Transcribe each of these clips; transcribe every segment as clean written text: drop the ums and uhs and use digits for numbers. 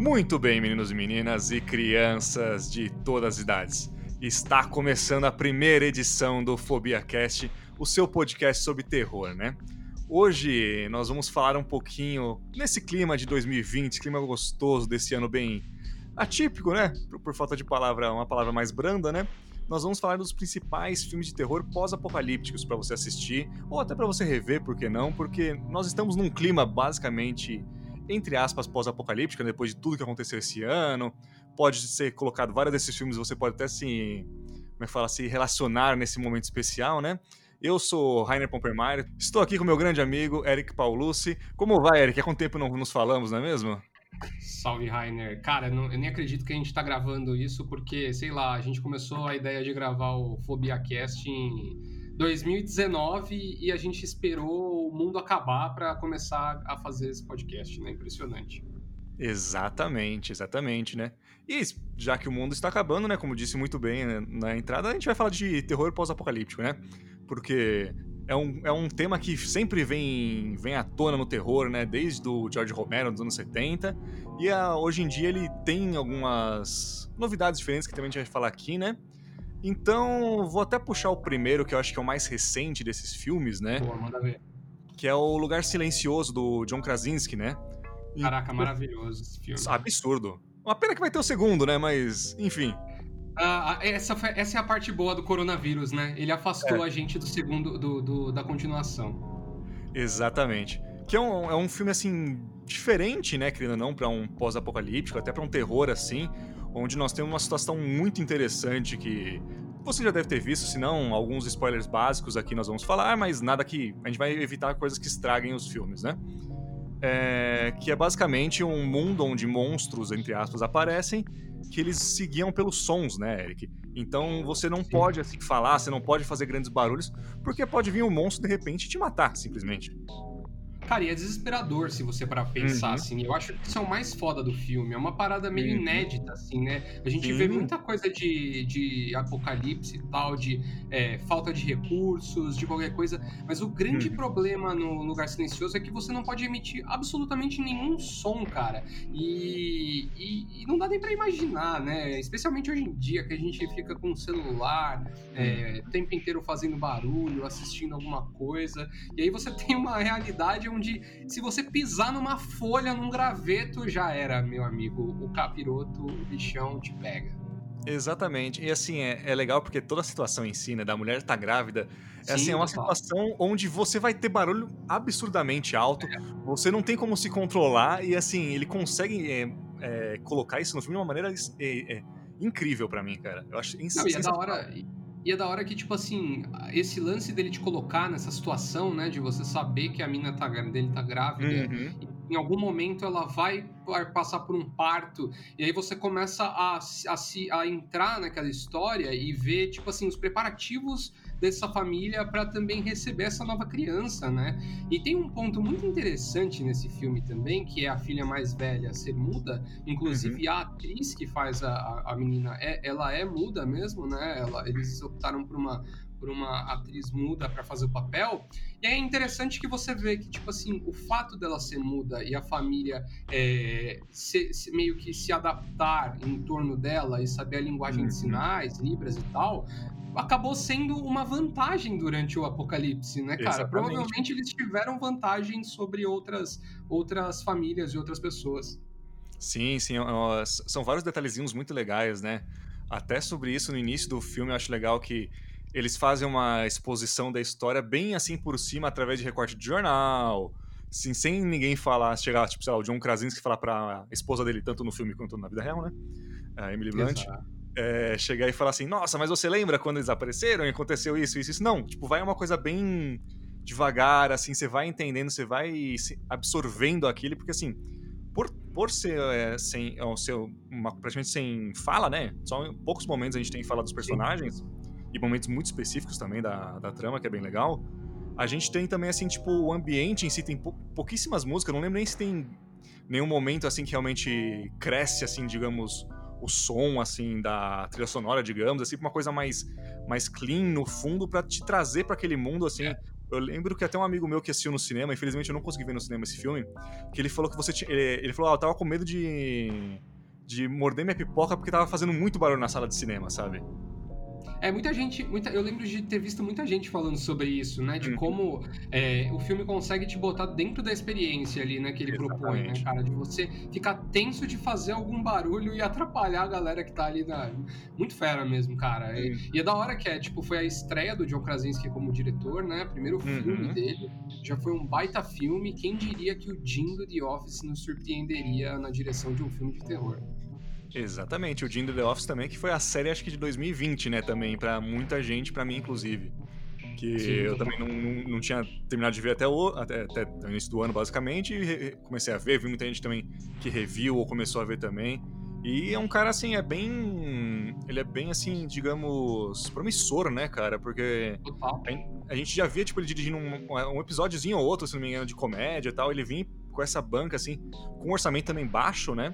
Muito bem, meninos e meninas e crianças de todas as idades. Está começando a primeira edição do FobiaCast, o seu podcast sobre terror, né? Hoje nós vamos falar um pouquinho nesse clima de 2020, clima gostoso desse ano bem atípico, né? Por falta de palavra, uma palavra mais branda, né? Nós vamos falar dos principais filmes de terror pós-apocalípticos para você assistir, ou até para você rever, por que não? Porque nós estamos num clima basicamente, entre aspas, pós-apocalíptico, né? Depois de tudo que aconteceu esse ano. Pode ser colocado vários desses filmes, você pode até como é que fala, se relacionar nesse momento especial, né? Eu sou Rainer Pompermayer, estou aqui com meu grande amigo Eric Paulucci. Como vai, Eric? Há quanto tempo não nos falamos, não é mesmo? Salve, Rainer. Cara, eu nem acredito que a gente tá gravando isso, porque, sei lá, a gente começou a ideia de gravar o FobiaCast em 2019 e a gente esperou o mundo acabar para começar a fazer esse podcast, né? Impressionante. Exatamente, né? E já que o mundo está acabando, né? Como disse muito bem, né, na entrada, a gente vai falar de terror pós-apocalíptico, né? Porque é um tema que sempre vem à tona no terror, né? Desde o George Romero, dos anos 70. E hoje em dia ele tem algumas novidades diferentes que também a gente vai falar aqui, né? Então, vou até puxar o primeiro, que eu acho que é o mais recente desses filmes, né? Boa, manda ver. Que é o Lugar Silencioso, do John Krasinski, né? Caraca, maravilhoso esse filme. Absurdo. Uma pena que vai ter o segundo, né? Mas, enfim. Essa é a parte boa do coronavírus, né? Ele É, afastou a gente do segundo, da continuação. exatamente. Que é um filme, assim, diferente, né? Querendo ou não, pra um pós-apocalíptico, até pra um terror, assim, onde nós temos uma situação muito interessante que você já deve ter visto, se não, alguns spoilers básicos aqui nós vamos falar, mas nada que. A gente vai evitar coisas que estraguem os filmes, né? Que é basicamente um mundo onde monstros, entre aspas, aparecem, que eles se guiam pelos sons, né, Eric? Então você não Sim. pode assim falar, você não pode fazer grandes barulhos, porque pode vir um monstro de repente e te matar, simplesmente. Cara, e é desesperador se você parar pra pensar, Uhum, assim. Eu acho que isso é o mais foda do filme. É uma parada meio uhum, inédita, assim, né? A gente vê sim, muita coisa de apocalipse e tal, de falta de recursos, de qualquer coisa. Mas o grande uhum, problema no Lugar Silencioso é que você não pode emitir absolutamente nenhum som, cara. E não dá nem pra imaginar, né? Especialmente hoje em dia, que a gente fica com o celular uhum. o tempo inteiro fazendo barulho, assistindo alguma coisa. E aí você tem uma realidade onde se você pisar numa folha, num graveto, já era, meu amigo. O capiroto, o bichão te pega. Exatamente. E assim, é legal porque toda a situação em si, né, da mulher tá grávida, assim, é Sim, uma total. situação onde você vai ter barulho absurdamente alto, você não tem como se controlar, e assim, ele consegue colocar isso no filme de uma maneira incrível pra mim, cara. Eu acho Não, e é da sensacional. hora. E é da hora que, tipo assim, esse lance dele te colocar nessa situação, né, de você saber que a mina dele tá grávida, Uhum, e em algum momento ela vai passar por um parto, e aí você começa a entrar naquela história e ver, tipo assim, os preparativos dessa família para também receber essa nova criança, né? E tem um ponto muito interessante nesse filme também, que é a filha mais velha ser muda. uhum, Inclusive, a atriz que faz a menina, ela é muda mesmo, né? Eles optaram por uma atriz muda para fazer o papel. E é interessante que você vê que, tipo assim, o fato dela ser muda e a família meio que se adaptar em torno dela e saber a linguagem de uhum. sinais, libras e tal, acabou sendo uma vantagem durante o apocalipse, né, cara? Exatamente. Provavelmente eles tiveram vantagem sobre outras famílias e outras pessoas. Sim, sim, ó, são vários detalhezinhos muito legais, né? Até sobre isso, no início do filme, eu acho legal que eles fazem uma exposição da história bem assim por cima, através de recorte de jornal, assim, sem ninguém falar, chegar, tipo, sei lá, o John Krasinski falar pra esposa dele, tanto no filme quanto na vida real, né? A Emily Blunt, Exato. chegar e falar assim, nossa, mas você lembra quando eles apareceram e aconteceu isso, isso, isso? Não, tipo, vai uma coisa bem devagar, assim, você vai entendendo, você vai absorvendo aquilo, porque assim, por ser, ser praticamente sem fala, né? Só em poucos momentos a gente tem que falar dos Sim. personagens, e momentos muito específicos também da trama, que é bem legal. A gente tem também, assim, tipo, o ambiente em si tem pouquíssimas músicas, não lembro nem se tem nenhum momento, assim, que realmente cresce, assim, digamos, o som, assim, da trilha sonora, digamos, assim, uma coisa mais clean no fundo pra te trazer pra aquele mundo, assim. Eu lembro que até um amigo meu que assistiu no cinema, infelizmente eu não consegui ver no cinema esse filme, que ele falou que você tinha. Ele falou, eu tava com medo de morder minha pipoca porque tava fazendo muito barulho na sala de cinema, sabe? Muita gente, eu lembro de ter visto muita gente falando sobre isso, né? De Uhum, como o filme consegue te botar dentro da experiência ali, né? Que ele propõe, né, exatamente. cara? De você ficar tenso de fazer algum barulho e atrapalhar a galera que tá ali na. Muito fera mesmo, cara. E é da hora que tipo, foi a estreia do John Krasinski como diretor, né? Primeiro filme Uhum. dele. Já foi um baita filme. Quem diria que o Jim do The Office nos surpreenderia na direção de um filme de terror? Exatamente, o Jim do The Office também, que foi a série acho que de 2020, né, também, pra muita gente, pra mim inclusive. Que Sim, eu total. também não tinha terminado de ver até o início do ano, basicamente, e comecei a ver, vi muita gente também que reviu ou começou a ver também. E é um cara, assim, ele é bem, assim, digamos, promissor, né, cara? Porque Total. a gente já via, tipo, ele dirigindo um episódiozinho ou outro, se não me engano, de comédia e tal. Ele vinha com essa banca, assim, com um orçamento também baixo, né?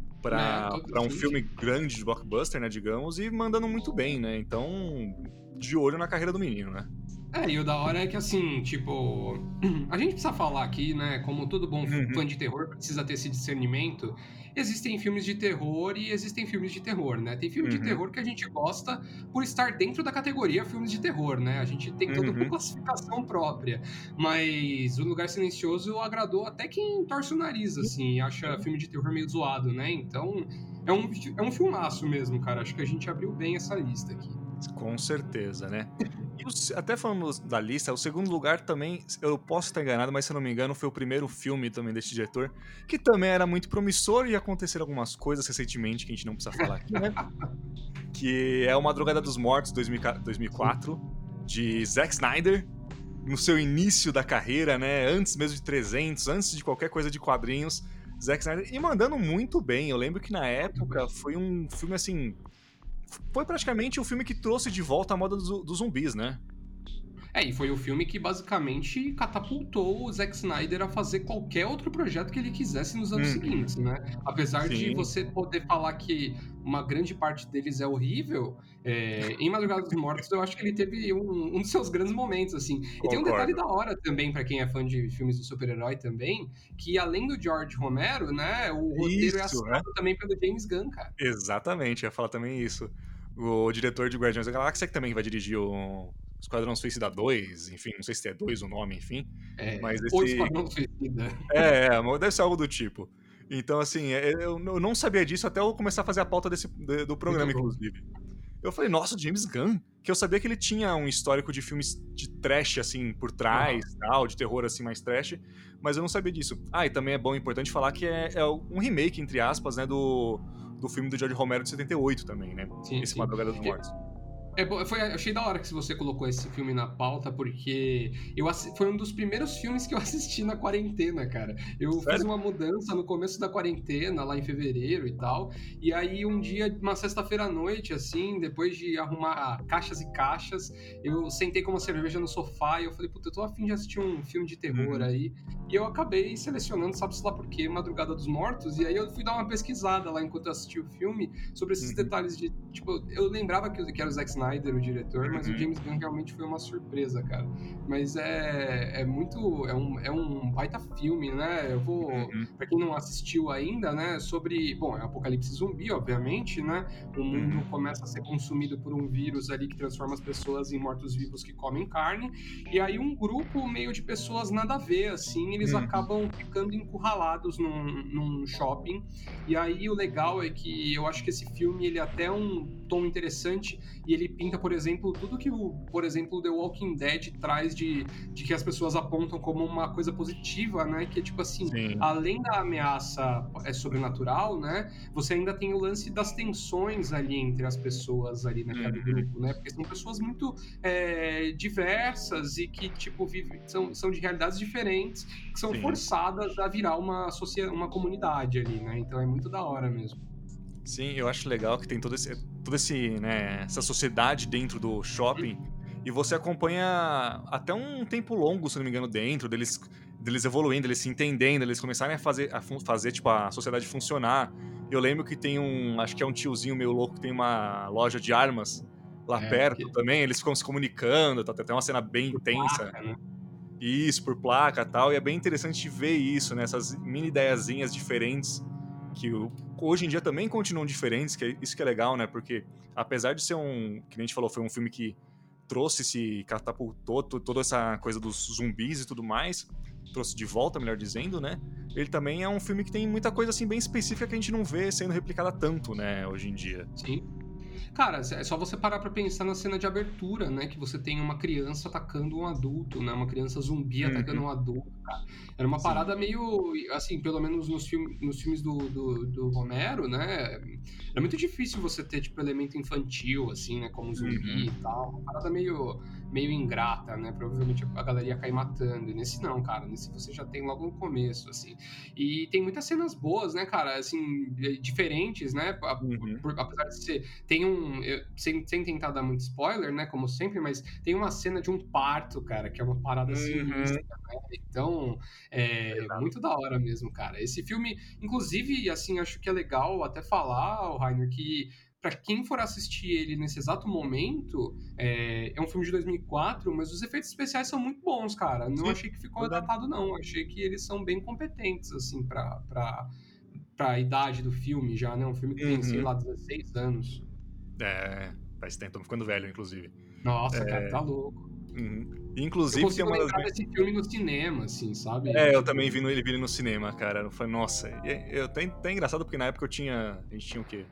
Pra um filme Totalmente. grande de blockbuster, né, digamos, e mandando muito bem, né? Então, de olho na carreira do menino, né? E o da hora é que, assim, tipo, a gente precisa falar aqui, né, como todo bom Uhum, fã de terror precisa ter esse discernimento, existem filmes de terror e existem filmes de terror, né? Tem filme de uhum, terror que a gente gosta por estar dentro da categoria filmes de terror, né? A gente tem toda uma uhum. classificação própria, mas O Lugar Silencioso agradou até quem torce o nariz, Sim, assim, e acha sim. filme de terror meio zoado, né? Então, é um filmaço mesmo, cara. Acho que a gente abriu bem essa lista aqui. Com certeza, né? E até falando da lista, o segundo lugar também, eu posso estar enganado, mas se eu não me engano, foi o primeiro filme também desse diretor, que também era muito promissor e aconteceram algumas coisas recentemente que a gente não precisa falar aqui, né? Que é o Madrugada dos Mortos 2004, de Zack Snyder, no seu início da carreira, né? Antes mesmo de 300, antes de qualquer coisa de quadrinhos, Zack Snyder, e mandando muito bem. Eu lembro que na Muito época bem. foi um filme assim. Foi praticamente o filme que trouxe de volta a moda dos zumbis, né? E foi o filme que basicamente catapultou o Zack Snyder a fazer qualquer outro projeto que ele quisesse nos anos Uhum. seguintes, né? Apesar de Sim, você poder falar que uma grande parte deles é horrível, em Madrugada dos Mortos eu acho que ele teve um dos seus grandes momentos, assim. E tem um detalhe concordo. da hora também, pra quem é fã de filmes de super-herói também, que além do George Romero, né, o roteiro é Isso, né? assinado também pelo James Gunn, cara. Exatamente, eu ia falar também isso. O diretor de Guardiões da Galáxia, que também vai dirigir o Esquadrão Suicida 2, enfim, não sei se é 2 o nome, enfim. Mas O esse. Esquadrão Suicida. Deve ser algo do tipo. Então, assim, eu não sabia disso até eu começar a fazer a pauta do Muito programa, bom. inclusive. Eu falei, nossa, James Gunn, que eu sabia que ele tinha um histórico de filmes de trash, assim, por trás, Aham. tal, de terror, assim, mais trash, mas eu não sabia disso. Ah, e também é bom e importante falar que é um remake, entre aspas, né, do filme do George Romero de 78 também, né? Sim, Esse sim. Madrugada dos Mortos. Achei da hora que você colocou esse filme na pauta, porque foi um dos primeiros filmes que eu assisti na quarentena, cara. Eu fiz Sério? uma mudança no começo da quarentena, lá em fevereiro e tal, e aí um dia, uma sexta-feira à noite, assim, depois de arrumar caixas e caixas, eu sentei com uma cerveja no sofá e eu falei, puta, eu tô afim de assistir um filme de terror Uhum, aí, e eu acabei selecionando, sabe-se lá por quê, Madrugada dos Mortos, e aí eu fui dar uma pesquisada lá enquanto eu assisti o filme, sobre esses uhum, detalhes de, tipo, eu lembrava que era o Zack Snyder, o diretor, mas o uhum, James Gunn realmente foi uma surpresa, cara. Mas é um baita filme, né? uhum, Pra quem não assistiu ainda, né, sobre, bom, é um apocalipse zumbi, obviamente, né? O mundo uhum, começa a ser consumido por um vírus ali que transforma as pessoas em mortos-vivos que comem carne, e aí um grupo meio de pessoas nada a ver, assim, eles uhum, acabam ficando encurralados num shopping, e aí o legal é que eu acho que esse filme, ele é até um tom interessante, e ele pinta, por exemplo, tudo que por exemplo, The Walking Dead traz de que as pessoas apontam como uma coisa positiva, né? Que é tipo assim, sim, além da ameaça sobrenatural, né? Você ainda tem o lance das tensões ali entre as pessoas ali naquele uhum, grupo, né? Porque são pessoas muito diversas e que, tipo, são de realidades diferentes, que são sim. forçadas a virar uma comunidade ali, né? Então é muito da hora mesmo. Sim, eu acho legal que tem né, essa sociedade dentro do shopping e você acompanha até um tempo longo, se não me engano, dentro deles evoluindo, eles se entendendo, eles começarem a fazer tipo a sociedade funcionar. Eu lembro que tem acho que é um tiozinho meio louco que tem uma loja de armas lá perto Que também, eles ficam se comunicando, tá, tem uma cena bem intensa. faca, né? Isso, por placa e tal, e é bem interessante ver isso, né? Essas mini ideiazinhas diferentes que hoje em dia também continuam diferentes, isso que é legal, né? Porque apesar de ser que a gente falou, foi um filme que trouxe, se catapultou toda essa coisa dos zumbis e tudo mais, trouxe de volta, melhor dizendo, né? Ele também é um filme que tem muita coisa assim bem específica que a gente não vê sendo replicada tanto, né, hoje em dia. Sim. Cara, é só você parar pra pensar na cena de abertura, né? Que você tem uma criança atacando um adulto, né? Uma criança zumbi atacando Uhum. um adulto, cara. Era uma Sim. parada meio, assim, pelo menos nos filmes do Romero, né? Era muito difícil você ter, tipo, elemento infantil, assim, né? Como zumbi e Uhum. tal. Uma parada meio ingrata, né? Provavelmente a galera ia cair matando. E nesse não, cara. Nesse você já tem logo no começo, assim. E tem muitas cenas boas, né, cara? Assim, diferentes, né? Uhum. Apesar de ser tem sem tentar dar muito spoiler, né? Como sempre, mas tem uma cena de um parto, cara, que é uma parada Uhum. sinistra, né? Então, muito da hora mesmo, cara. Esse filme, inclusive, assim, acho que é legal até falar, o Rainer, que para quem for assistir ele nesse exato momento, é um filme de 2004, mas os efeitos especiais são muito bons, cara. Não Sim, achei que ficou verdade. datado, não. Achei que eles são bem competentes, assim, pra idade do filme já, né? Um filme que tem, sei Uhum. lá, 16 anos. É, faz tempo, tô ficando velho, inclusive. Nossa, cara, tá louco. Uhum. Eu Inclusive tem consigo uma das lembrar desse filme no cinema, assim, sabe? eu também Tipo, vi ele no cinema, cara. Eu falei, nossa, eu até engraçado porque na época a gente tinha o quê?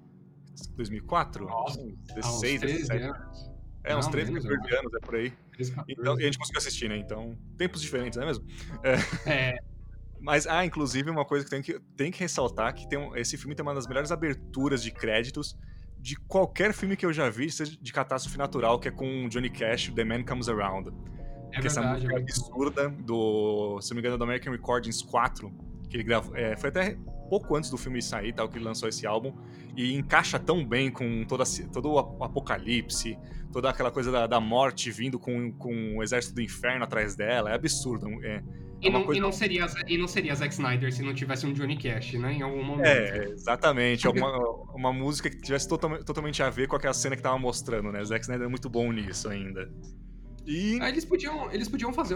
2004? nossa, Uns há uns 16, 13 17. anos. Uns Não, 13, menos, eu 14 acho. anos, é por aí. 13, Então, e a 14. gente conseguiu assistir, né? Então, tempos diferentes, não é mesmo? É, É, mas, inclusive, uma coisa que tem que ressaltar, que esse filme tem uma das melhores aberturas de créditos de qualquer filme que eu já vi, seja de catástrofe natural, que é com Johnny Cash, The Man Comes Around. é Que essa verdade, é música muito bom. absurda se não me engano, é do American Recordings 4, que ele gravou, foi até pouco antes do filme sair, tal, que ele lançou esse álbum, e encaixa tão bem com todo o apocalipse, toda aquela coisa da morte vindo com o exército do inferno atrás dela, é absurdo, é uma coisa... E não seria Zack Snyder se não tivesse um Johnny Cash, né? Em algum momento. Exatamente, uma música que tivesse totalmente a ver com aquela cena que tava mostrando, né? Zack Snyder é muito bom nisso ainda. E Ah, eles podiam fazer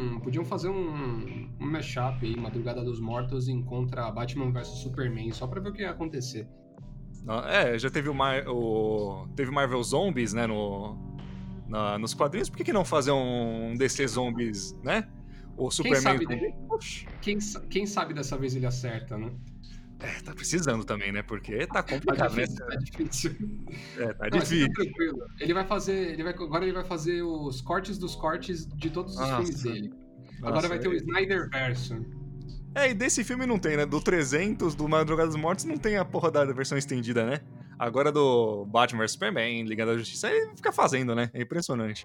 um mashup aí, Madrugada dos Mortos encontra Batman vs Superman, só pra ver o que ia acontecer. já teve teve Marvel Zombies, né, nos quadrinhos, por que não fazer um DC Zombies, né? O Quem Superman sabe, zumbi? Oxi. quem sabe dessa vez ele acerta, né? Tá precisando também, né? Porque tá Tá complicado, né? difícil, tá difícil. Tá Não, mas fica difícil. tranquilo. Agora ele vai fazer os cortes dos cortes de todos os filmes Nossa, dele. Agora nossa. vai ter o Snyder Verso. E desse filme não tem, né? Do 300, do Madrugada dos Mortos, não tem a porra da versão estendida, né? Agora do Batman vs Superman, Liga da Justiça, ele fica fazendo, né? É impressionante.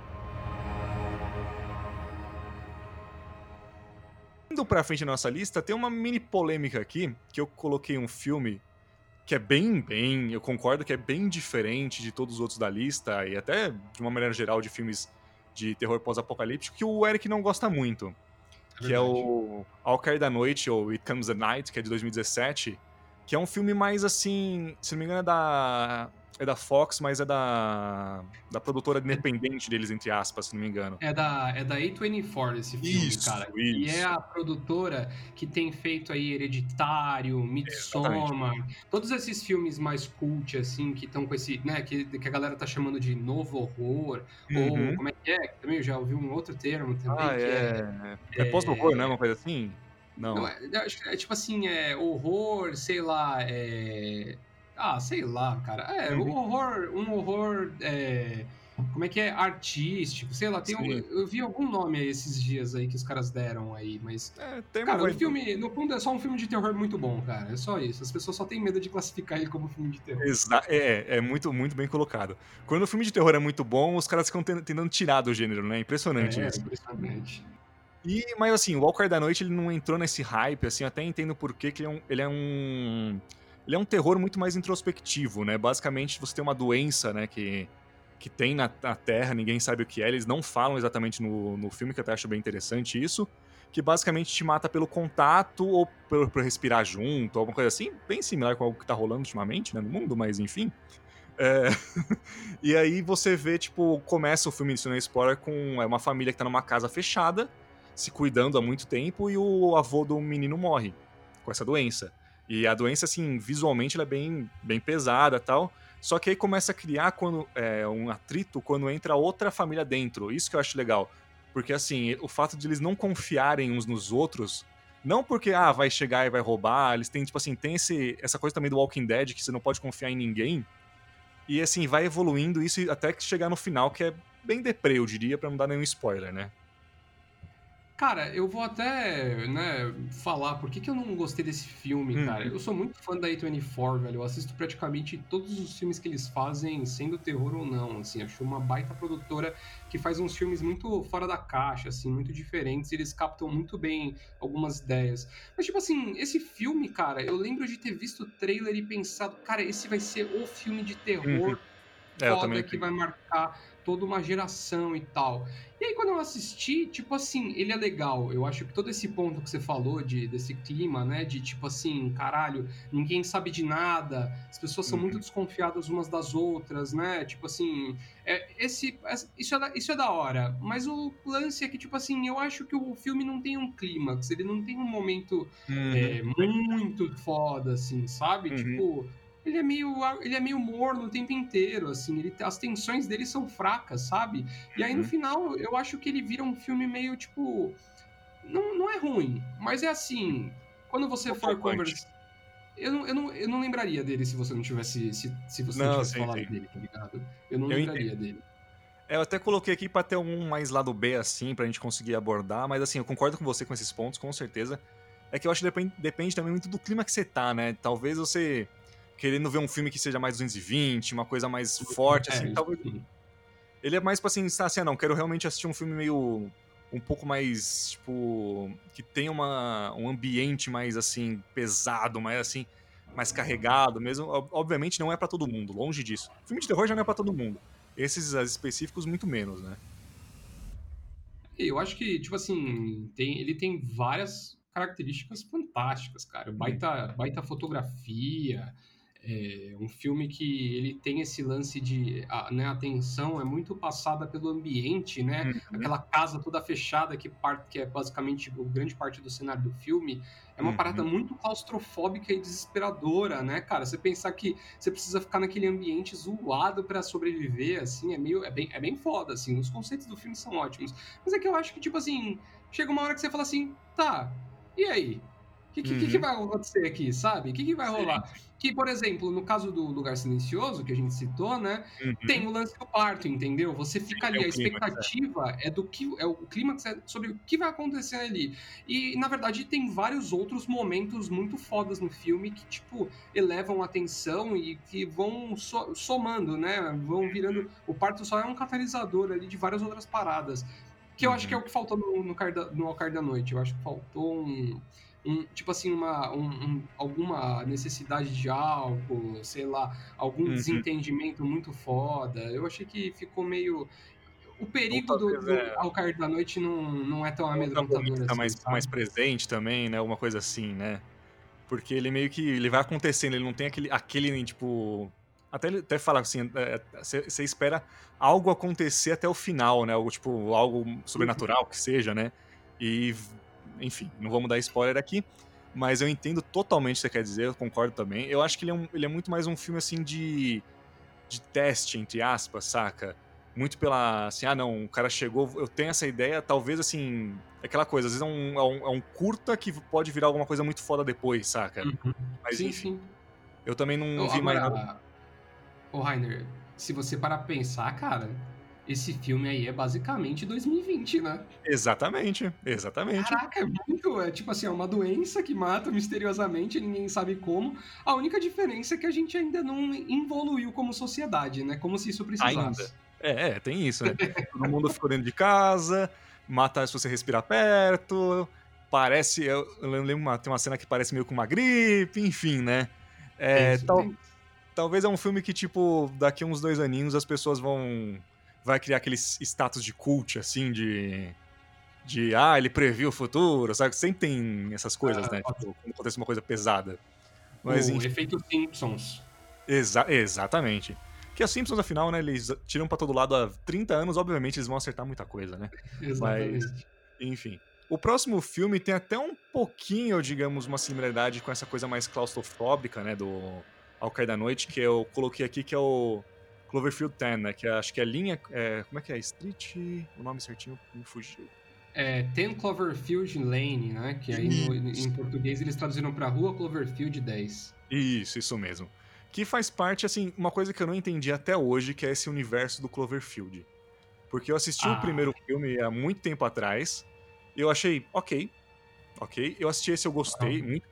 Indo pra frente da nossa lista, tem uma mini polêmica aqui, que eu coloquei um filme que é eu concordo que é bem diferente de todos os outros da lista, e até de uma maneira geral de filmes de terror pós-apocalíptico, que o Eric não gosta muito, É que é verdade. o Ao Cair da Noite, ou It Comes at Night, que é de 2017, que é um filme mais assim, se não me engano é da Fox, mas é da produtora É, independente deles, entre aspas, se não me engano. é da A24 esse filme, cara. E é Isso, a produtora que tem feito aí Hereditário, exatamente. Midsommar, todos esses filmes mais cult, assim, que estão com esse, né, que a galera tá chamando de novo horror, ou Uhum. como é que é? Também eu já ouvi um outro termo também, que É pós-horror, não é é uma coisa assim? não, Não. eu acho que é tipo assim, horror, sei lá, sei lá, cara. Uhum. Um horror, como é que é? Artístico, sei lá, Sim. eu vi algum nome aí esses dias aí que os caras deram aí, mas, Termo cara, vai. o filme, no fundo, é só um filme de terror muito bom, cara. É só isso. As pessoas só têm medo de classificar ele como filme de terror. É muito, muito bem colocado. Quando o filme de terror é muito bom, os caras ficam tentando tirar do gênero, né? Impressionante É, isso. impressionante. Mas assim, o Walker da Noite ele não entrou nesse hype, assim, eu até entendo por que ele é um terror muito mais introspectivo, né? Basicamente, você tem uma doença, né, que tem na Terra, ninguém sabe o que é, eles não falam exatamente no filme, que eu até acho bem interessante isso, que basicamente te mata pelo contato ou por respirar junto, alguma coisa assim, bem similar com algo que tá rolando ultimamente, né, no mundo, mas enfim. É, e aí você vê, tipo, começa o filme, isso não é spoiler, com uma família que tá numa casa fechada, se cuidando há muito tempo, e o avô do menino morre com essa doença. E a doença, assim, visualmente ela é bem pesada e tal. Só que aí começa a criar um atrito quando entra outra família dentro. Isso que eu acho legal. Porque, assim, o fato de eles não confiarem uns nos outros. Não porque, vai chegar e vai roubar. Eles têm, tipo assim, tem essa coisa também do Walking Dead, que você não pode confiar em ninguém. E assim, vai evoluindo isso até que chegar no final, que é bem deprê, eu diria, pra não dar nenhum spoiler, né? Cara, eu vou até, né, falar por que eu não gostei desse filme, cara. Uhum, Eu sou muito fã da A24, velho. Eu assisto praticamente todos os filmes que eles fazem, sendo terror ou não, assim. Acho uma baita produtora que faz uns filmes muito fora da caixa, assim, muito diferentes. E eles captam muito bem algumas ideias. Mas, tipo assim, esse filme, cara, eu lembro de ter visto o trailer e pensado, cara, esse vai ser o filme de uhum. terror É, eu também foda que pensei. vai marcar toda uma geração e tal. E aí, quando eu assisti, tipo assim, ele é legal. Eu acho que todo esse ponto que você falou desse clima, né? De tipo assim, caralho, ninguém sabe de nada, as pessoas são muito Uhum, desconfiadas umas das outras, né? Tipo assim, isso é da hora. Mas o lance é que, tipo assim, eu acho que o filme não tem um clímax, ele não tem um momento uhum, muito foda, assim, sabe? uhum, Tipo. Ele é meio morno o tempo inteiro, assim, as tensões dele são fracas, sabe? E aí no uhum. final eu acho que ele vira um filme meio tipo. Não é ruim, mas é assim. Quando você for Roubante. conversar. Eu não lembraria dele se você não tivesse. Se você não Não, tivesse sim, falado sim. dele, tá ligado? Eu não Eu entendo. lembraria dele. Eu até coloquei aqui pra ter um mais lado B, assim, pra gente conseguir abordar, mas assim, eu concordo com você com esses pontos, com certeza. É que eu acho que depende também muito do clima que você tá, né? Talvez você querendo ver um filme que seja mais 220, uma coisa mais forte, assim, Isso talvez. sim. Ele é mais pra assim, assim, não, quero realmente assistir um filme meio. Um pouco mais, tipo. Que tem um ambiente mais, assim, pesado, mais, assim. Mais carregado mesmo. Obviamente não é pra todo mundo, longe disso. Filme de terror já não é pra todo mundo. Esses específicos, muito menos, né? Eu acho que, tipo assim, ele tem várias características fantásticas, cara. Uhum, Baita fotografia, um filme que ele tem esse lance de, né, a atenção é muito passada pelo ambiente, né? uhum, Aquela casa toda fechada que é basicamente grande parte do cenário do filme. É uma parada uhum, muito claustrofóbica e desesperadora, né, cara? Você pensar que você precisa ficar naquele ambiente zoado para sobreviver, assim, é bem foda, assim. Os conceitos do filme são ótimos. Mas é que eu acho que, tipo assim, chega uma hora que você fala assim, tá, e aí? O que uhum. vai acontecer aqui, sabe? O que vai Sim, rolar? sim. Que, por exemplo, no caso do Lugar Silencioso, que a gente citou, né? Tem Uhum. o lance do parto, entendeu? Você Sim, fica tem ali, o a clímax, é. expectativa é do que é o clímax é sobre o que vai acontecer ali. E, na verdade, tem vários outros momentos muito fodas no filme que, tipo, elevam a tensão e que vão somando, né? Vão virando. O parto só é um catalisador ali de várias outras paradas. Que eu acho que é Uhum, o que faltou no Ao Cair da Noite. Eu acho que faltou tipo assim, alguma necessidade de algo, sei lá, algum uhum. desentendimento muito foda. Eu achei que ficou meio. O Ou perigo talvez do Ao Cair da Noite não é tão o amedrontador protagonista assim, mais sabe? presente também, né, alguma coisa assim, né. Porque ele meio que ele vai acontecendo, ele não tem aquele tipo até fala assim, você espera algo acontecer até o final, né, algo tipo, algo Uhum. sobrenatural que seja, né. E enfim, não vamos dar spoiler aqui, mas eu entendo totalmente o que você quer dizer, eu concordo também. Eu acho que ele é muito mais um filme, assim, de teste, entre aspas, saca? Muito pela, assim, não, o cara chegou, eu tenho essa ideia, talvez, assim, é aquela coisa, às vezes é um curta que pode virar alguma coisa muito foda depois, saca? Uhum. Mas Sim, enfim, sim. eu também não vi mais nada. Agora, ô Rainer, se você parar pra pensar, cara, esse filme aí é basicamente 2020, né? Exatamente, exatamente. Caraca, é tipo assim, é uma doença que mata misteriosamente, ninguém sabe como. A única diferença é que a gente ainda não evoluiu como sociedade, né? Como se isso Ainda. precisasse. Tem isso, né? Todo mundo ficou dentro de casa, mata se você respirar perto, parece, eu lembro, tem uma cena que parece meio com uma gripe, enfim, né? É, Tenso, tenso. talvez é um filme que, tipo, daqui a uns 2 aninhos as pessoas vai criar aquele status de cult, assim, ele previu o futuro, sabe? Sempre tem essas coisas, Ah, né? Tipo, quando acontece uma coisa pesada. Mas, o enfim, efeito Simpsons. exatamente. Que as Simpsons, afinal, né, eles tiram pra todo lado há 30 anos, obviamente eles vão acertar muita coisa, né? Mas, Exatamente. enfim. O próximo filme tem até um pouquinho, digamos, uma similaridade com essa coisa mais claustrofóbica, né, do Ao Cair da Noite, que eu coloquei aqui, que é o Cloverfield 10, né, que acho que é linha... como é que é? Street... O nome certinho me fugiu. É, Ten Cloverfield Lane, né? Que aí em Isso. português eles traduziram pra Rua Cloverfield 10. Isso mesmo. Que faz parte, assim, uma coisa que eu não entendi até hoje, que é esse universo do Cloverfield. Porque eu assisti o Ah, primeiro filme há muito tempo atrás, e eu achei, ok. Eu assisti esse, eu gostei, muito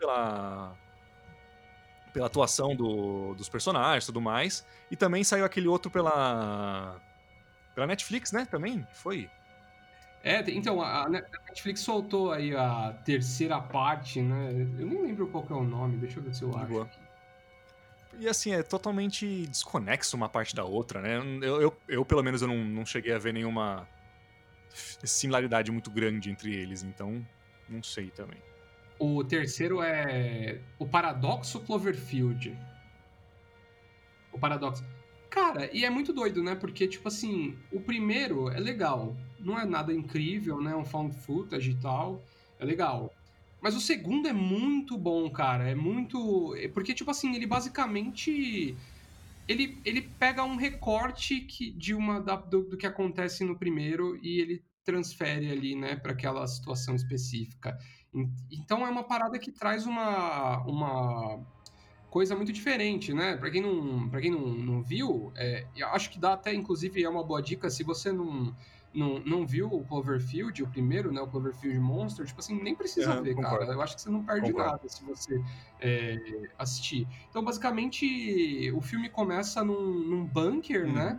pela atuação dos personagens e tudo mais. E também saiu aquele outro pela Netflix, né? Também foi. então, a Netflix soltou aí a terceira parte, né? Eu nem lembro qual que é o nome, deixa eu ver se eu De acho boa. aqui. E assim, é totalmente desconexo uma parte da outra, né? Eu pelo menos, eu não cheguei a ver nenhuma similaridade muito grande entre eles, então não sei também. O terceiro é o Paradoxo Cloverfield. O Paradoxo. Cara, e é muito doido, né? Porque, tipo assim, o primeiro é legal. Não é nada incrível, né? Um found footage e tal. É legal. Mas o segundo é muito bom, cara. É muito. Porque, tipo assim, ele basicamente. Ele pega um recorte de do que acontece no primeiro e ele transfere ali, né, para aquela situação específica. Então é uma parada que traz uma coisa muito diferente, né? Para quem não viu, eu acho que dá até, inclusive, é uma boa dica se você não viu o Cloverfield, o primeiro, né? O Cloverfield Monster, tipo assim, nem precisa Aham, ver, cara. concordo, Eu acho que você não perde concordo. nada se você assistir. Então, basicamente, o filme começa num bunker, Uhum. né?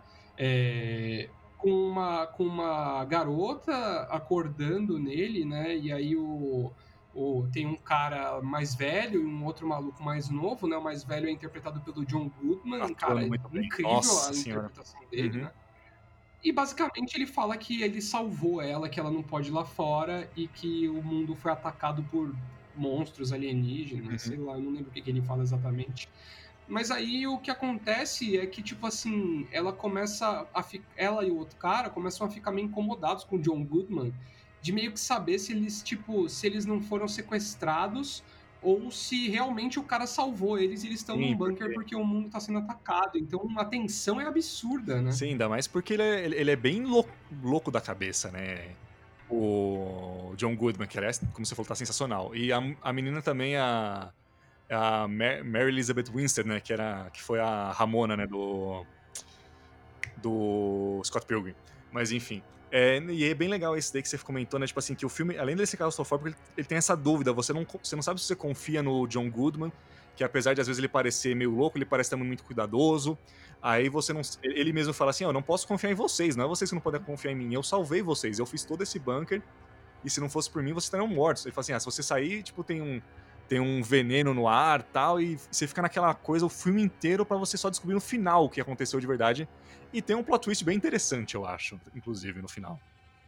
Com uma garota acordando nele, né? E aí tem um cara mais velho e um outro maluco mais novo, né? O mais velho é interpretado pelo John Goodman, cara, Atuando é muito bem. incrível a Nossa senhora. interpretação dele, Uhum. né? E basicamente ele fala que ele salvou ela, que ela não pode ir lá fora e que o mundo foi atacado por monstros alienígenas, sei Uhum. lá, eu não lembro o que ele fala exatamente. Mas aí o que acontece é que, tipo assim, ela e o outro cara começam a ficar meio incomodados com o John Goodman, de meio que saber se eles, tipo, se eles não foram sequestrados ou se realmente o cara salvou eles e eles estão num Sim, bunker porque o mundo tá sendo atacado. Então a tensão é absurda, né? sim, ainda mais porque ele é bem louco da cabeça, né? O John Goodman, que aliás, como você falou, tá sensacional. E a menina também, a Mary Elizabeth Winstead, né? Que foi a Ramona, né? Do Scott Pilgrim. Mas enfim. E é bem legal esse daí que você comentou, né? Tipo assim, que o filme, além dele ser claustrofóbico, ele tem essa dúvida. Você não sabe se você confia no John Goodman, que apesar de às vezes ele parecer meio louco, ele parece também muito cuidadoso. Aí você não. Ele mesmo fala assim: ó, eu não posso confiar em vocês, não é vocês que não podem confiar em mim. Eu salvei vocês, eu fiz todo esse bunker, e se não fosse por mim, vocês estariam mortos. Ele fala assim: se você sair, tipo, tem um veneno no ar tal, e você fica naquela coisa o filme inteiro pra você só descobrir no final o que aconteceu de verdade. E tem um plot twist bem interessante, eu acho, inclusive, no final.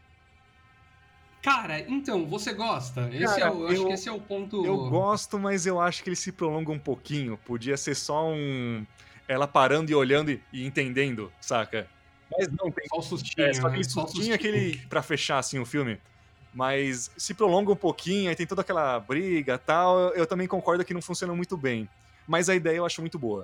Cara, então, você gosta? Cara, Eu acho que esse é o eu ponto. gosto, mas eu acho que ele se prolonga um pouquinho. Podia ser só ela parando e olhando e entendendo, saca? Mas não, Só o sustinho, só aquele né? Só o sustinho, sustinho. aquele pra fechar assim o filme. Mas se prolonga um pouquinho, aí tem toda aquela briga e tal. Eu também concordo que não funciona muito bem. Mas a ideia eu acho muito boa.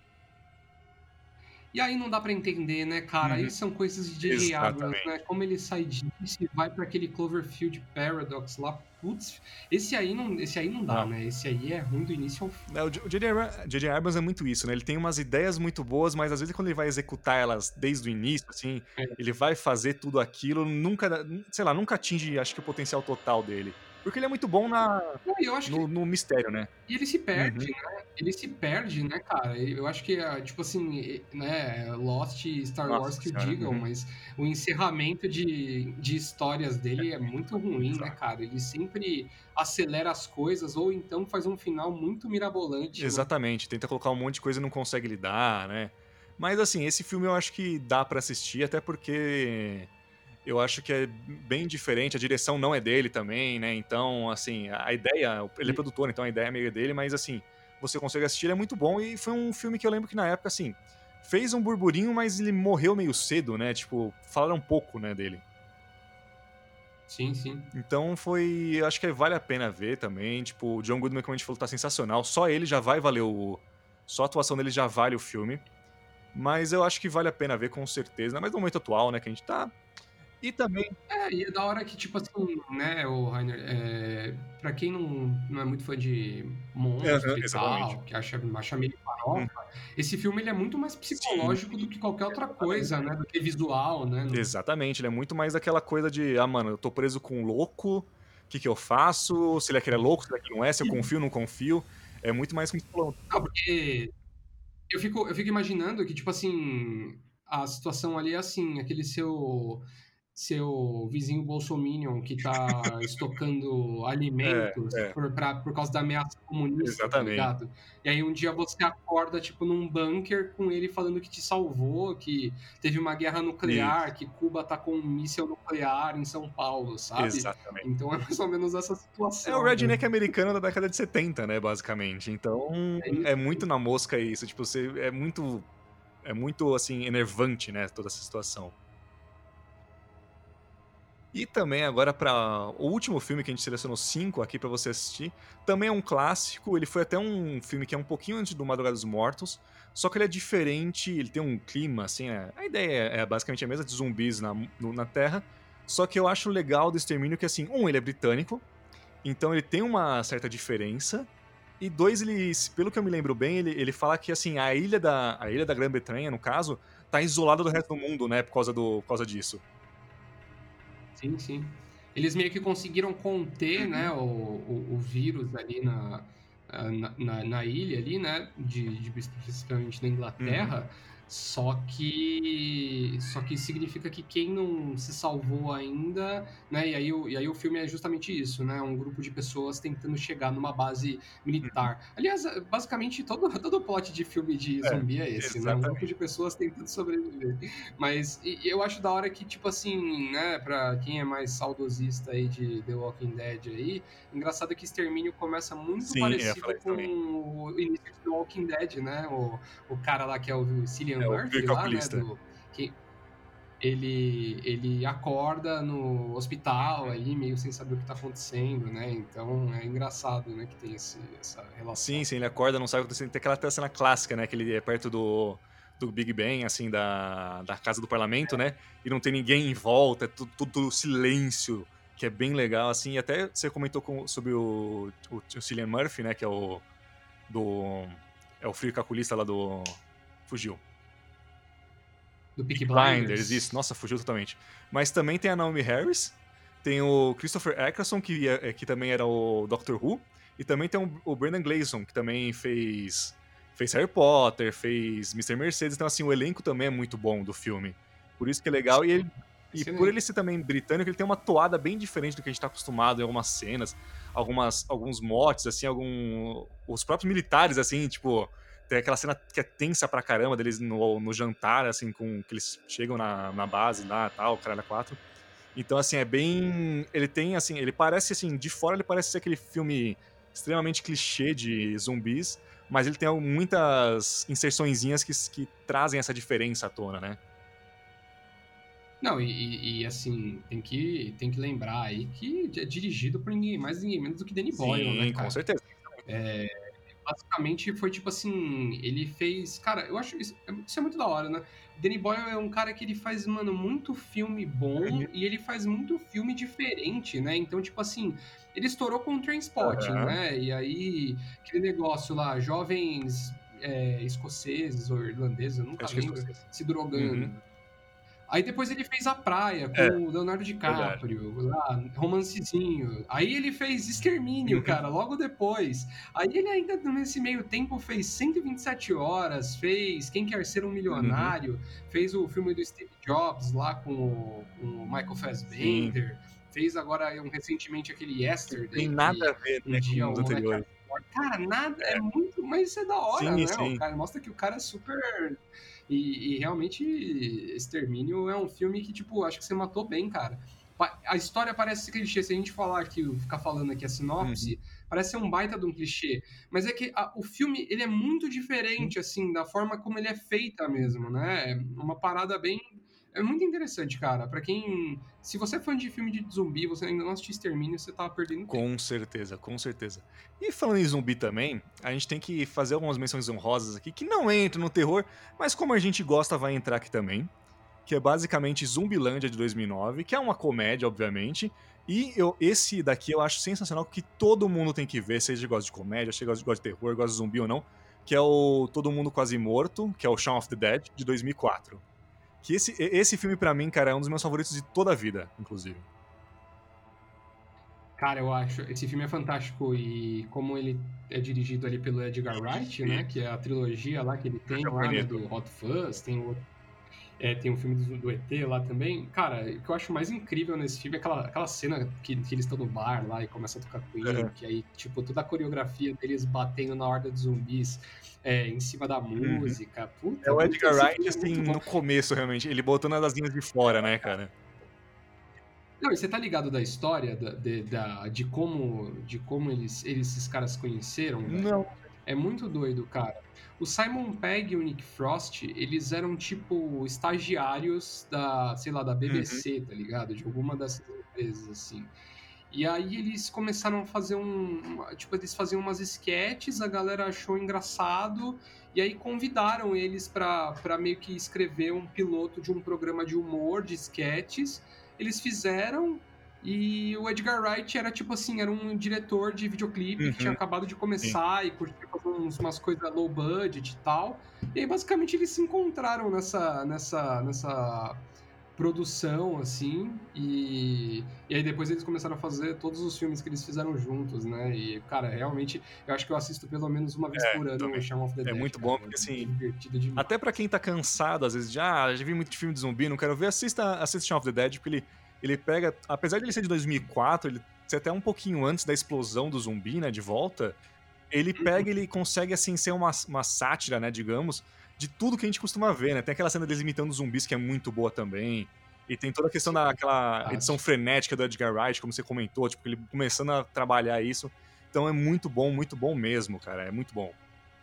E aí não dá pra entender, né, cara? Aí Uhum. são coisas de J.J. Abrams, né? Exatamente. Como ele sai disso e vai pra aquele Cloverfield Paradox lá. Putz, esse aí não dá, Não. né? Esse aí é ruim do início ao fim. O J.J. Abrams é muito isso, né? Ele tem umas ideias muito boas, mas às vezes quando ele vai executar elas desde o início, assim, É. ele vai fazer tudo aquilo, nunca, sei lá, nunca atinge, acho que o potencial total dele. Porque ele é muito bom Não, e eu acho que no mistério, né? e ele se Uhum. perde, né? Ele se perde, né, cara? Eu acho que, tipo assim, né, Lost e Star Nossa Wars que o senhora. digam, Uhum. mas o encerramento de histórias dele é muito Muito ruim, né, fraco. cara? Ele sempre acelera as coisas ou então faz um final muito mirabolante, né? Exatamente, tenta colocar um monte de coisa e não consegue lidar, né? Mas assim, esse filme eu acho que dá pra assistir, até porque eu acho que é bem diferente, a direção não é dele também, né? Então, assim, a ideia, ele é produtor, então a ideia é meio dele, mas assim, você consegue assistir, ele é muito bom e foi um filme que eu lembro que na época, assim, fez um burburinho, mas ele morreu meio cedo, né? Tipo, falaram um pouco, né, dele. Sim, sim. Então foi. Eu acho que vale a pena ver também. Tipo, o John Goodman, como a gente falou, tá sensacional. Só ele já vai valer o. Só a atuação dele já vale o filme. Mas eu acho que vale a pena ver com certeza. Ainda mais no momento atual, né? Que a gente tá. E também. E é da hora que, tipo assim, né, o Rainer, pra quem não é muito fã de Aham, monstro e exatamente. tal, que acha meio Hum, farofa, esse filme ele é muito mais sim, psicológico do que qualquer outra exatamente. coisa, né, do que visual, né? Exatamente. Ele é muito mais daquela coisa de, mano, eu tô preso com um louco, o que que eu faço? Se ele é que ele é louco, se ele é que não é, se eu confio, não confio. É muito mais como você falou. Não, porque eu fico imaginando que, tipo assim, a situação ali é assim, aquele seu vizinho bolsominion que tá estocando É, alimentos é, por causa da ameaça comunista, tá exatamente. ligado? E aí um dia você acorda, tipo, num bunker com ele falando que te salvou, que teve uma guerra nuclear, Isso, que Cuba atacou um míssil nuclear em São Paulo, sabe? exatamente. Então é mais ou menos essa É o situação, né? redneck americano da década de 70, né, basicamente. Então, É é isso. muito na mosca isso, tipo, você é muito assim enervante, né, toda essa situação. E também agora para o último filme que a gente selecionou 5 aqui pra você assistir, também é um clássico, ele foi até um filme que é um pouquinho antes do Madrugada dos Mortos, só que ele é diferente, ele tem um clima assim, a ideia é basicamente a mesma de zumbis na Terra, só que eu acho legal do Extermínio que assim, ele é britânico, então ele tem uma certa diferença. E dois, ele, pelo que eu me lembro bem, ele fala que assim, a ilha da Grã-Bretanha, no caso, tá isolada do resto do mundo, né, por causa disso. Sim, sim. Eles meio que conseguiram conter, né, Uhum, o vírus ali na ilha ali, né, principalmente na uhum. Inglaterra, só que significa que quem não se salvou ainda, né, e aí o filme é justamente isso, né, um grupo de pessoas tentando chegar numa base militar. Aliás, basicamente todo o plot de filme de É, zumbi é esse, né, um grupo exatamente. de pessoas tentando sobreviver. Mas eu acho da hora que, tipo assim, né, pra quem é mais saudosista aí de The Walking Dead aí, engraçado que Extermínio começa muito Sim, eu ia parecido falar isso com também. o início de The Walking Dead, né? O cara lá que é o Cillian É o Frio Murphy lá, né, Calculista. que ele acorda no hospital Uhum. ali, meio sem saber o que tá acontecendo, né? Então é engraçado, né, que tem essa Sim, relação. sim, ele acorda, não sabe o que acontecendo. Tem aquela cena clássica, né? Que ele é perto do Big Ben, assim, da casa do parlamento, né? E não tem ninguém em volta, é tudo silêncio, que é bem legal, assim. E até você comentou sobre o Cillian Murphy, né? Que é do. É o frio calculista lá do. Fugiu. Do Peaky Peaky Blinders, isso. Blinders. Nossa, fugiu totalmente. Mas também tem a Naomi Harris, tem o Christopher Eccleston, que também era o Doctor Who, e também tem o Brendan Gleeson, que também fez Harry Potter, fez Mr. Mercedes, então assim, o elenco também é muito bom do filme. Por isso que é legal, e por ele Excelente. ser também britânico, ele tem uma toada bem diferente do que a gente tá acostumado em algumas cenas, alguns motes, assim, os próprios militares, assim, tipo, tem aquela cena que é tensa pra caramba deles no jantar, assim, que eles chegam na base lá, tal, caralho, a quatro. Então, assim, é bem. Ele tem, assim, ele parece, assim, de fora ele parece ser aquele filme extremamente clichê de zumbis, mas ele tem muitas inserçõezinhas que trazem essa diferença à tona, né? Não, assim, tem que lembrar aí que é dirigido por ninguém mais, ninguém menos do que Danny Boyle, né, Sim, com cara? certeza. Basicamente foi tipo assim, ele fez. Cara, eu acho isso é muito da hora, né? Danny Boyle é um cara que ele faz, mano, muito filme bom Uhum. e ele faz muito filme diferente, né? Então, tipo assim, ele estourou com o Trainspotting, Aham. né? E aí, aquele negócio lá, jovens escoceses ou irlandeses, eu nunca Acho que é lembro, escocês. se Uhum. drogando. Aí depois ele fez A Praia É, com o Leonardo verdade. DiCaprio, lá, romancezinho. Aí ele fez Extermínio, Uhum. cara, logo depois. Aí ele ainda nesse meio tempo fez 127 horas, fez Quem Quer Ser um Uhum. Milionário, fez o filme do Steve Jobs lá com o Michael Sim. Fassbender, fez agora recentemente aquele Não tem Yesterday, nada que a ver, um né, dia com o os moleque anteriores. acorda. Cara, nada, é É. muito, mas isso é da hora, Sim, né? O sim. cara mostra que o cara é super e realmente, Extermínio é um filme que, tipo, acho que você matou bem, cara. A história parece clichê. Se a gente falar aqui, ficar falando aqui a Uhum. sinopse, parece ser um baita de um clichê. Mas é que o filme, ele é muito Sim. diferente, assim, da forma como ele é feita mesmo, né? É uma parada bem... É muito interessante, cara. Pra quem... Se você é fã de filme de zumbi, você ainda não assistiu Extermínio, você tava perdendo tempo. Com certeza, com certeza. E falando em zumbi também, a gente tem que fazer algumas menções honrosas aqui que não entram no terror, mas como a gente gosta, vai entrar aqui também. Que é basicamente Zumbilândia de 2009, que é uma comédia, obviamente. E esse daqui eu acho sensacional, que todo mundo tem que ver, seja gosta de comédia, seja gosta de terror, gosta de zumbi ou não, que é o Todo Mundo Quase Morto, que é o Shaun of the Dead, de 2004. Que esse filme, pra mim, cara, é um dos meus favoritos de toda a vida, inclusive. Cara, eu acho. Esse filme é fantástico e como ele é dirigido ali pelo Edgar Wright, né? Isso, Que é a trilogia lá que ele o tem lá, né? japonês. Do Hot Fuzz, tem um filme do ET lá também. Cara, o que eu acho mais incrível nesse filme é aquela cena que eles estão no bar lá e começa a tocar Queen, Uhum. que aí, tipo, toda a coreografia deles batendo na horda de zumbis em cima da Uhum. música. É Puta, o muito, Edgar esse Wright, filme é assim, muito bom. no começo, realmente. Ele botando as asinhas de fora, né, cara? Não, e você tá ligado da história de como esses caras se conheceram, velho? Não. É muito doido, cara. O Simon Pegg e o Nick Frost, eles eram tipo estagiários da, sei lá, da Uhum. BBC, tá ligado? De alguma dessas empresas, assim. E aí eles começaram a fazer tipo, eles faziam umas esquetes, a galera achou engraçado, e aí convidaram eles pra meio que escrever um piloto de um programa de humor, de esquetes. Eles fizeram, e o Edgar Wright era tipo assim, era um diretor de videoclipe que tinha Uhum. acabado de Sim. começar e curtia fazer umas coisas low budget e tal. E aí basicamente eles se encontraram nessa produção, assim, e aí depois eles começaram a fazer todos os filmes que eles fizeram juntos, né? E, cara, realmente, eu acho que eu assisto pelo menos uma vez É, por ano o também. Shaun of the É Dead, muito bom, cara. É porque assim, divertido demais. até pra quem tá cansado, às vezes, já vi muito filme de zumbi, não quero ver, assista Shaun of the Dead, porque ele pega, apesar de ele ser de 2004, ele ser até um pouquinho antes da explosão do zumbi, né, de volta, ele pega e ele consegue, assim, ser uma sátira, né, digamos, de tudo que a gente costuma ver, né? Tem aquela cena deles imitando zumbis que é muito boa também, e tem toda a questão Sim, daquela edição fantástico. frenética do Edgar Wright, como você comentou, tipo, ele começando a trabalhar isso. Então é muito bom mesmo, cara, é muito bom.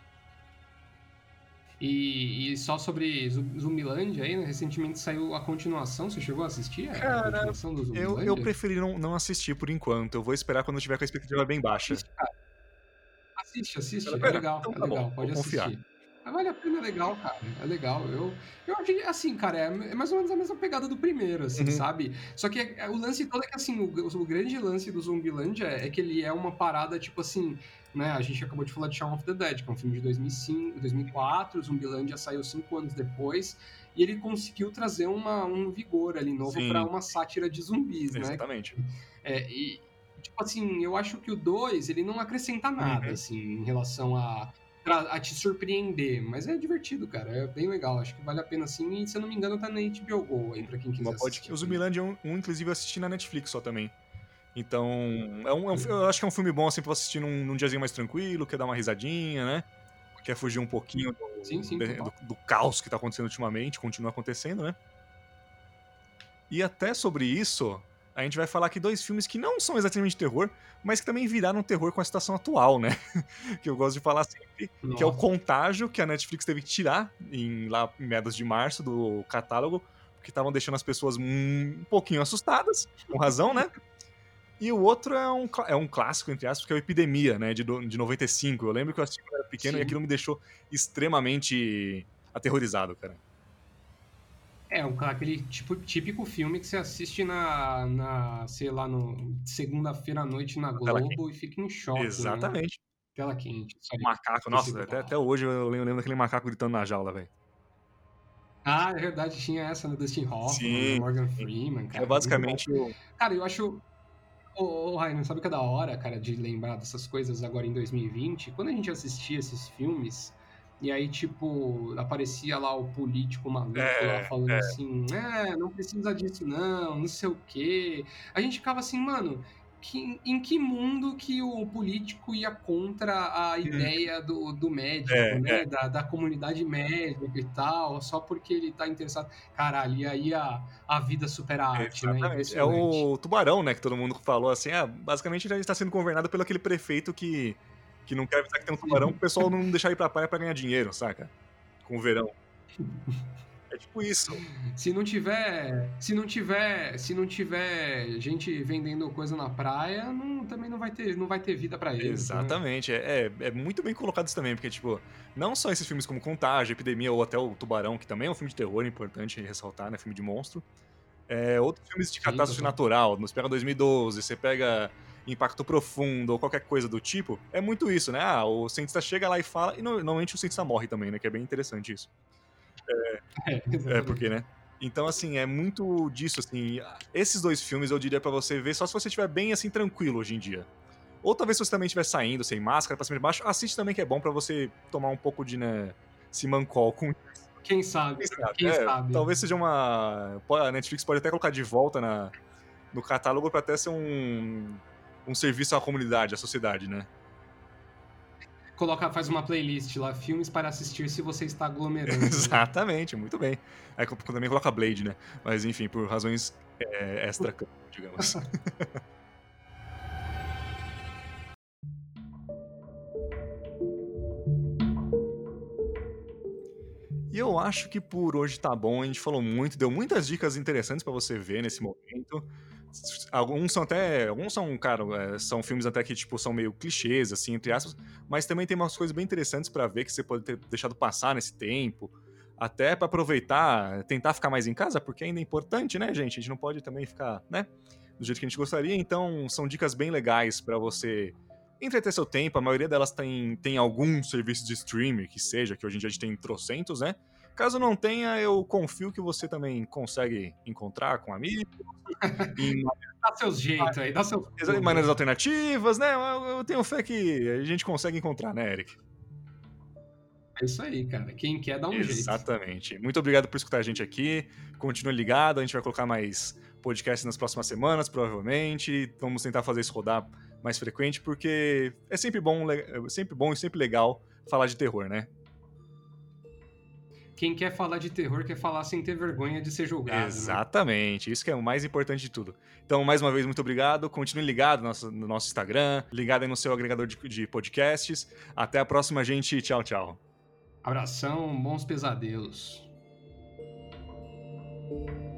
E só sobre Zumbilândia aí, né? Recentemente saiu a continuação. Você chegou a assistir a Cara, continuação do eu Zumbilândia? preferi não assistir por enquanto. Eu vou esperar quando eu tiver com a expectativa bem baixa. Assiste, cara. Assiste, Vale a assiste. pena? Então É tá bom, legal, vou pode confiar. assistir. Mas vale a pena, é legal, cara. É legal. Eu achei, assim, cara, é mais ou menos a mesma pegada do primeiro, assim, Uhum. sabe? Só que o lance todo é que, assim, o grande lance do Zumbilândia é que ele é uma parada, tipo assim, né? A gente acabou de falar de Shaun of the Dead, que é um filme de 2005, 2004, Zumbilândia saiu 5 anos depois, e ele conseguiu trazer um vigor ali novo pra Sim, uma sátira de zumbis, né? exatamente. E, tipo assim, eu acho que o 2 ele não acrescenta nada, Uhum. assim, em relação a te surpreender, mas é divertido, cara, é bem legal, acho que vale a pena sim, e se eu não me engano tá na HBO Go aí, pra quem Uma quiser pode... assistir O também. Zumbilândia inclusive, eu assisti na Netflix só também. Então, eu acho que é um filme bom, assim, pra assistir num diazinho mais tranquilo, quer dar uma risadinha, né? Quer fugir um pouquinho Sim, sim, total. do caos que tá acontecendo ultimamente, continua acontecendo, né? E até sobre isso, a gente vai falar aqui dois filmes que não são exatamente terror, mas que também viraram terror com a situação atual, né? Que eu gosto de falar sempre, que é o Nossa. Contágio, que a Netflix teve que tirar lá em meados de março do catálogo, porque estavam deixando as pessoas um pouquinho assustadas, com razão, né? E o outro é um clássico, entre aspas, que é o Epidemia, né, de 95. Eu lembro que eu assisti quando eu era pequeno e aquilo Sim. me deixou extremamente aterrorizado, cara. Aquele típico filme que você assiste sei lá, no segunda-feira à noite na Na tela quente. Globo e fica em choque, né? Exatamente. Tela quente, isso O aí. macaco, Esqueci nossa, da até palavra. hoje eu lembro daquele macaco gritando na jaula, velho. Ah, é verdade, tinha essa no Dustin Hoffman, né? Sim, Morgan sim. Freeman, Que é cara, muito bom. basicamente o. Cara, eu acho. Rainer, sabe o que é da hora, cara, de lembrar dessas coisas agora em 2020? Quando a gente assistia esses filmes, e aí, tipo, aparecia lá o político maluco lá É, falando é. assim, não precisa disso não sei o quê. A gente ficava assim, mano, em que mundo que o político ia contra a ideia do médico, É, né? Da comunidade médica e tal, só porque ele tá interessado. Caralho, e aí a vida supera a arte, né? exatamente. É Impressionante. o Tubarão, né, que todo mundo falou assim, basicamente a gente tá sendo governado pelo aquele prefeito que não quer avisar que tem um tubarão pro pessoal não deixar ir pra praia pra ganhar dinheiro, saca? Com o verão. É tipo isso. Se não tiver gente vendendo coisa na praia, também não vai ter vida para eles, né? Exatamente. É muito bem colocado isso também, porque, tipo, não só esses filmes como Contágio, Epidemia ou até o Tubarão, que também é um filme de terror importante ressaltar, né? Filme de monstro. Outros filmes de Sim, catástrofe total. natural, você pega 2012, você pega Impacto Profundo ou qualquer coisa do tipo, é muito isso, né? O cientista chega lá e fala, e normalmente o cientista morre também, né? Que é bem interessante isso. Porque, Exatamente. né? Então, assim, é muito disso, assim. Esses dois filmes eu diria pra você ver só se você estiver bem, assim, tranquilo hoje em dia. Ou talvez se você também estiver saindo sem máscara, pra cima e de baixo, assiste também que é bom pra você tomar um pouco de, né, Simancol com Quem sabe, quem né? sabe. Quem sabe? Talvez seja a Netflix pode até colocar de volta no catálogo pra até ser um serviço à comunidade, à sociedade, né? Faz uma playlist lá, filmes para assistir se você está aglomerando, né? Exatamente, muito bem. Aí também coloca Blade, né? Mas enfim, por razões extra, digamos. E eu acho que por hoje tá bom, a gente falou muito, deu muitas dicas interessantes pra você ver nesse momento. Alguns são, cara, são filmes até que, tipo, são meio clichês, assim, entre aspas, mas também tem umas coisas bem interessantes pra ver que você pode ter deixado passar nesse tempo, até pra aproveitar, tentar ficar mais em casa, porque ainda é importante, né, gente? A gente não pode também ficar, né, do jeito que a gente gostaria, então são dicas bem legais pra você entreter seu tempo. A maioria delas tem algum serviço de streaming que seja, que hoje em dia a gente tem trocentos, né? Caso não tenha, eu confio que você também consegue encontrar com amigos, em, Dá seus jeitos aí, dá seus em pulos. maneiras alternativas, né? Eu tenho fé que a gente consegue encontrar, né, Eric? É isso aí, cara. Quem quer dá um jeito. Exatamente. Muito obrigado por escutar a gente aqui. Continue ligado, a gente vai colocar mais podcasts nas próximas semanas, provavelmente. Vamos tentar fazer isso rodar mais frequente, porque é sempre bom e sempre legal falar de terror, né? Quem quer falar de terror quer falar sem ter vergonha de ser julgado, né? Exatamente, isso que é o mais importante de tudo. Então, mais uma vez, muito obrigado. Continue ligado no nosso Instagram, ligado aí no seu agregador de podcasts. Até a próxima, gente. Tchau, tchau. Abração, bons pesadelos.